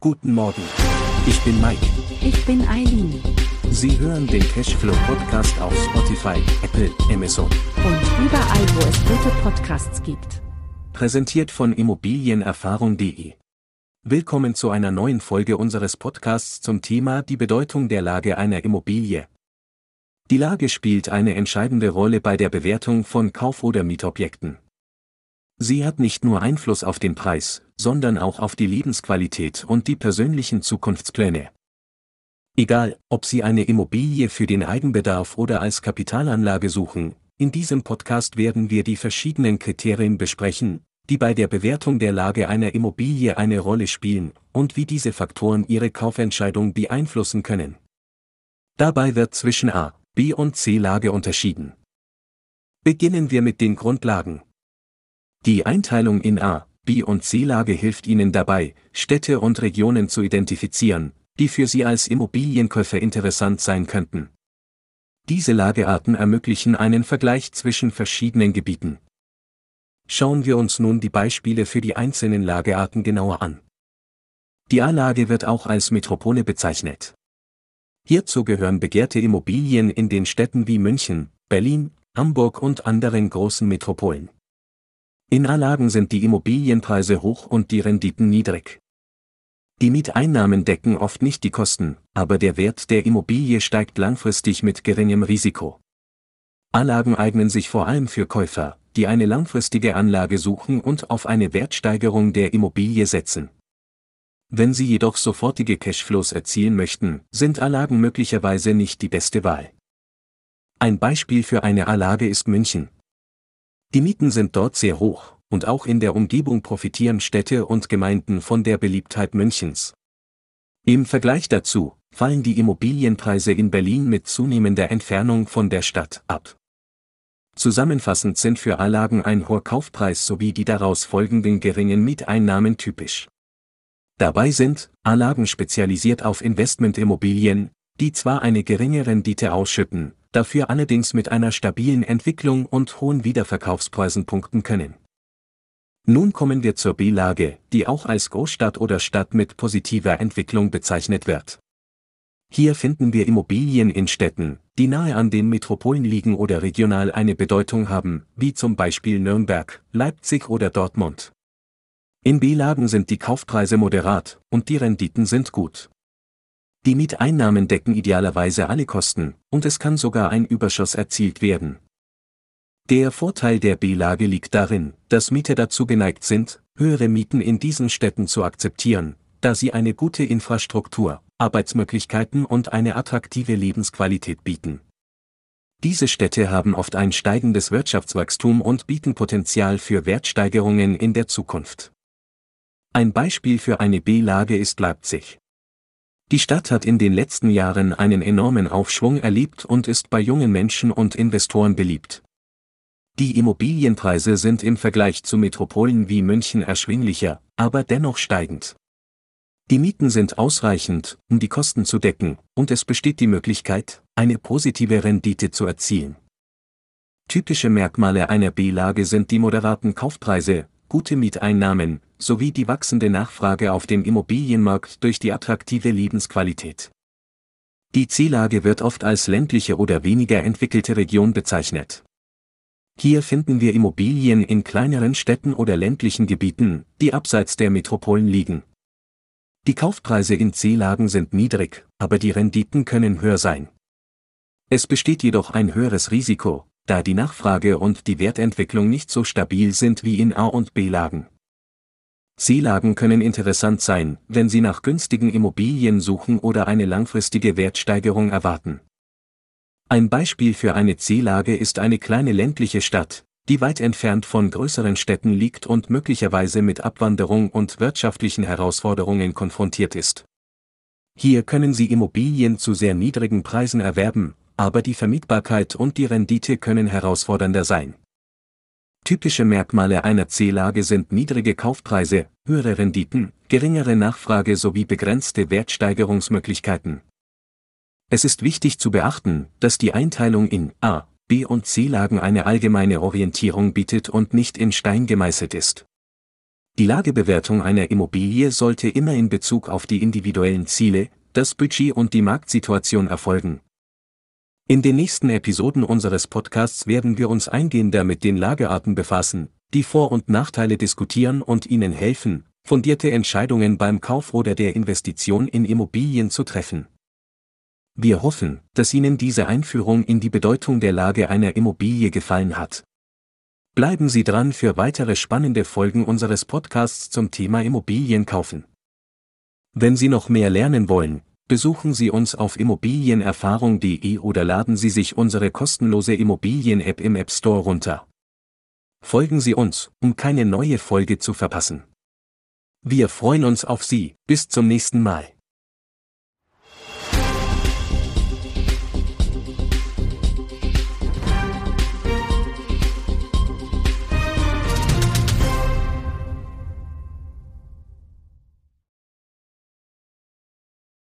Guten Morgen. Ich bin Mike. Ich bin Eileen. Sie hören den Cashflow Podcast auf Spotify, Apple, Amazon Und überall, wo es gute Podcasts gibt. Präsentiert von Immobilienerfahrung.de. Willkommen zu einer neuen Folge unseres Podcasts zum Thema die Bedeutung der Lage einer Immobilie. Die Lage spielt eine entscheidende Rolle bei der Bewertung von Kauf- oder Mietobjekten. Sie hat nicht nur Einfluss auf den Preis, sondern auch auf die Lebensqualität und die persönlichen Zukunftspläne. Egal, ob Sie eine Immobilie für den Eigenbedarf oder als Kapitalanlage suchen, in diesem Podcast werden wir die verschiedenen Kriterien besprechen, die bei der Bewertung der Lage einer Immobilie eine Rolle spielen und wie diese Faktoren Ihre Kaufentscheidung beeinflussen können. Dabei wird zwischen A, B und C-Lage unterschieden. Beginnen wir mit den Grundlagen. Die Einteilung in A, B und C-Lage hilft Ihnen dabei, Städte und Regionen zu identifizieren, die für Sie als Immobilienkäufer interessant sein könnten. Diese Lagearten ermöglichen einen Vergleich zwischen verschiedenen Gebieten. Schauen wir uns nun die Beispiele für die einzelnen Lagearten genauer an. Die A-Lage wird auch als Metropole bezeichnet. Hierzu gehören begehrte Immobilien in den Städten wie München, Berlin, Hamburg und anderen großen Metropolen. In A-Lagen sind die Immobilienpreise hoch und die Renditen niedrig. Die Mieteinnahmen decken oft nicht die Kosten, aber der Wert der Immobilie steigt langfristig mit geringem Risiko. A-Lagen eignen sich vor allem für Käufer, die eine langfristige Anlage suchen und auf eine Wertsteigerung der Immobilie setzen. Wenn Sie jedoch sofortige Cashflows erzielen möchten, sind A-Lagen möglicherweise nicht die beste Wahl. Ein Beispiel für eine A-Lage ist München. Die Mieten sind dort sehr hoch, und auch in der Umgebung profitieren Städte und Gemeinden von der Beliebtheit Münchens. Im Vergleich dazu fallen die Immobilienpreise in Berlin mit zunehmender Entfernung von der Stadt ab. Zusammenfassend sind für A-Lagen ein hoher Kaufpreis sowie die daraus folgenden geringen Mieteinnahmen typisch. Dabei sind A-Lagen spezialisiert auf Investmentimmobilien, die zwar eine geringe Rendite ausschütten, dafür allerdings mit einer stabilen Entwicklung und hohen Wiederverkaufspreisen punkten können. Nun kommen wir zur B-Lage, die auch als Großstadt oder Stadt mit positiver Entwicklung bezeichnet wird. Hier finden wir Immobilien in Städten, die nahe an den Metropolen liegen oder regional eine Bedeutung haben, wie zum Beispiel Nürnberg, Leipzig oder Dortmund. In B-Lagen sind die Kaufpreise moderat und die Renditen sind gut. Die Mieteinnahmen decken idealerweise alle Kosten, und es kann sogar ein Überschuss erzielt werden. Der Vorteil der B-Lage liegt darin, dass Mieter dazu geneigt sind, höhere Mieten in diesen Städten zu akzeptieren, da sie eine gute Infrastruktur, Arbeitsmöglichkeiten und eine attraktive Lebensqualität bieten. Diese Städte haben oft ein steigendes Wirtschaftswachstum und bieten Potenzial für Wertsteigerungen in der Zukunft. Ein Beispiel für eine B-Lage ist Leipzig. Die Stadt hat in den letzten Jahren einen enormen Aufschwung erlebt und ist bei jungen Menschen und Investoren beliebt. Die Immobilienpreise sind im Vergleich zu Metropolen wie München erschwinglicher, aber dennoch steigend. Die Mieten sind ausreichend, um die Kosten zu decken, und es besteht die Möglichkeit, eine positive Rendite zu erzielen. Typische Merkmale einer B-Lage sind die moderaten Kaufpreise, gute Mieteinnahmen, sowie die wachsende Nachfrage auf dem Immobilienmarkt durch die attraktive Lebensqualität. Die C-Lage wird oft als ländliche oder weniger entwickelte Region bezeichnet. Hier finden wir Immobilien in kleineren Städten oder ländlichen Gebieten, die abseits der Metropolen liegen. Die Kaufpreise in C-Lagen sind niedrig, aber die Renditen können höher sein. Es besteht jedoch ein höheres Risiko, da die Nachfrage und die Wertentwicklung nicht so stabil sind wie in A- und B-Lagen. C-Lagen können interessant sein, wenn Sie nach günstigen Immobilien suchen oder eine langfristige Wertsteigerung erwarten. Ein Beispiel für eine C-Lage ist eine kleine ländliche Stadt, die weit entfernt von größeren Städten liegt und möglicherweise mit Abwanderung und wirtschaftlichen Herausforderungen konfrontiert ist. Hier können Sie Immobilien zu sehr niedrigen Preisen erwerben, aber die Vermietbarkeit und die Rendite können herausfordernder sein. Typische Merkmale einer C-Lage sind niedrige Kaufpreise, höhere Renditen, geringere Nachfrage sowie begrenzte Wertsteigerungsmöglichkeiten. Es ist wichtig zu beachten, dass die Einteilung in A, B und C-Lagen eine allgemeine Orientierung bietet und nicht in Stein gemeißelt ist. Die Lagebewertung einer Immobilie sollte immer in Bezug auf die individuellen Ziele, das Budget und die Marktsituation erfolgen. In den nächsten Episoden unseres Podcasts werden wir uns eingehender mit den Lagearten befassen, die Vor- und Nachteile diskutieren und Ihnen helfen, fundierte Entscheidungen beim Kauf oder der Investition in Immobilien zu treffen. Wir hoffen, dass Ihnen diese Einführung in die Bedeutung der Lage einer Immobilie gefallen hat. Bleiben Sie dran für weitere spannende Folgen unseres Podcasts zum Thema Immobilien kaufen. Wenn Sie noch mehr lernen wollen, besuchen Sie uns auf immobilienerfahrung.de oder laden Sie sich unsere kostenlose Immobilien-App im App Store runter. Folgen Sie uns, um keine neue Folge zu verpassen. Wir freuen uns auf Sie, bis zum nächsten Mal.